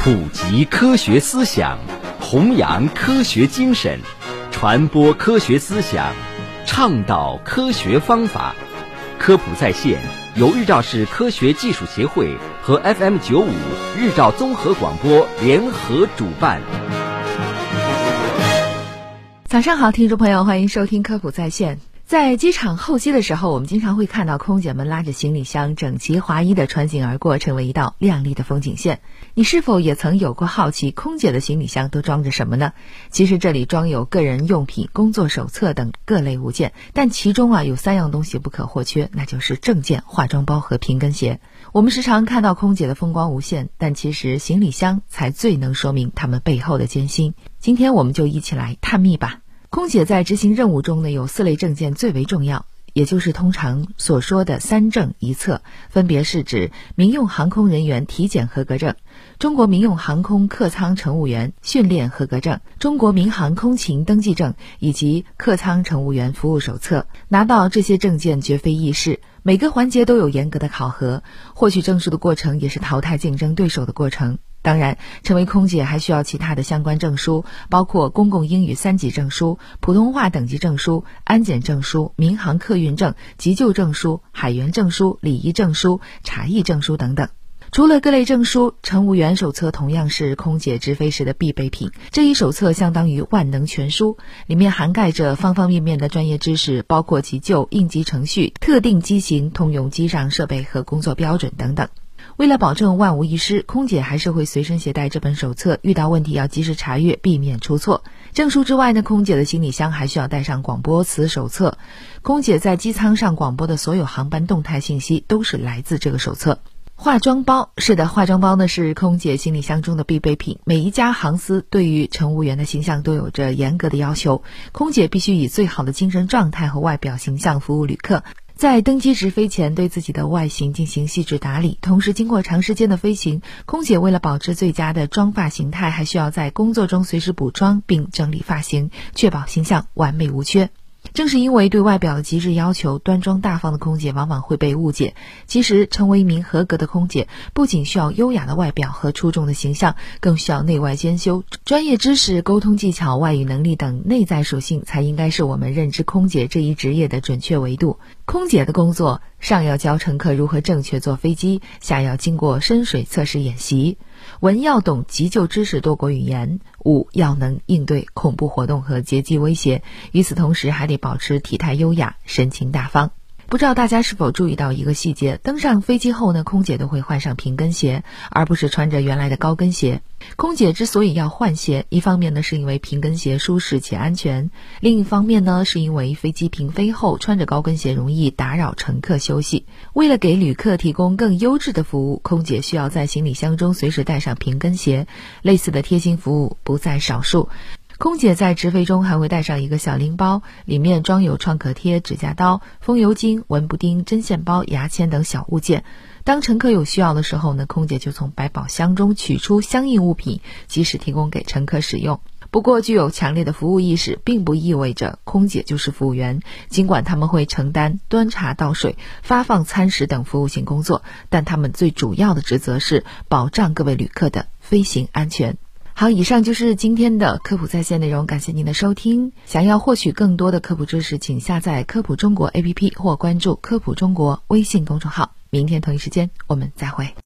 普及科学思想，弘扬科学精神，传播科学思想，倡导科学方法。科普在线由日照市科学技术协会和 FM95 日照综合广播联合主办。 早上好，听众朋友，欢迎收听科普在线。在机场候机的时候，我们经常会看到空姐们拉着行李箱整齐划一地穿行而过，成为一道亮丽的风景线。你是否也曾有过好奇，空姐的行李箱都装着什么呢？其实这里装有个人用品、工作手册等各类物件，但其中有3样东西不可或缺，那就是证件、化妆包和平跟鞋。我们时常看到空姐的风光无限，但其实行李箱才最能说明他们背后的艰辛。今天我们就一起来探秘吧。空姐在执行任务中有4类证件最为重要，也就是通常所说的3证1测，分别是指民用航空人员体检合格证、中国民用航空客舱乘务员训练合格证、中国民航空勤登记证以及客舱乘务员服务手册。拿到这些证件绝非易事，每个环节都有严格的考核，获取证书的过程也是淘汰竞争对手的过程。当然，成为空姐还需要其他的相关证书，包括公共英语3级证书、普通话等级证书、安检证书、民航客运证、急救证书、海员证书、礼仪证书、茶艺证书等等。除了各类证书，乘务员手册同样是空姐执飞时的必备品。这一手册相当于万能全书，里面涵盖着方方面面的专业知识，包括急救、应急程序、特定机型、通用机上设备和工作标准等等。为了保证万无一失，空姐还是会随身携带这本手册，遇到问题要及时查阅，避免出错。证书之外呢，空姐的行李箱还需要带上广播词手册。空姐在机舱上广播的所有航班动态信息都是来自这个手册。化妆包，是的，化妆包呢是空姐行李箱中的必备品。每一家航司对于乘务员的形象都有着严格的要求，空姐必须以最好的精神状态和外表形象服务旅客。在登机直飞前对自己的外形进行细致打理，同时经过长时间的飞行，空姐为了保持最佳的妆发形态，还需要在工作中随时补妆并整理发型，确保形象完美无缺。正是因为对外表的极致要求，端庄大方的空姐往往会被误解。其实成为一名合格的空姐，不仅需要优雅的外表和出众的形象，更需要内外兼修，专业知识、沟通技巧、外语能力等内在属性才应该是我们认知空姐这一职业的准确维度。空姐的工作，上要教乘客如何正确坐飞机，下要经过深水测试演习，文要懂急救知识多国语言，武要能应对恐怖活动和劫机威胁，与此同时还得保持体态优雅、神情大方。不知道大家是否注意到一个细节，登上飞机后呢，空姐都会换上平跟鞋，而不是穿着原来的高跟鞋。空姐之所以要换鞋，一方面呢是因为平跟鞋舒适且安全，另一方面呢是因为飞机平飞后穿着高跟鞋容易打扰乘客休息。为了给旅客提供更优质的服务，空姐需要在行李箱中随时带上平跟鞋，类似的贴心服务不在少数。空姐在直飞中还会带上一个小拎包，里面装有创可贴、指甲刀、风油精、文布丁、针线包、牙签等小物件。当乘客有需要的时候呢，空姐就从百宝箱中取出相应物品，及时提供给乘客使用。不过具有强烈的服务意识并不意味着空姐就是服务员，尽管他们会承担端茶倒水、发放餐食等服务性工作，但他们最主要的职责是保障各位旅客的飞行安全。好，以上就是今天的科普在线内容，感谢您的收听。想要获取更多的科普知识，请下载科普中国 APP 或关注科普中国微信公众号。明天同一时间我们再会。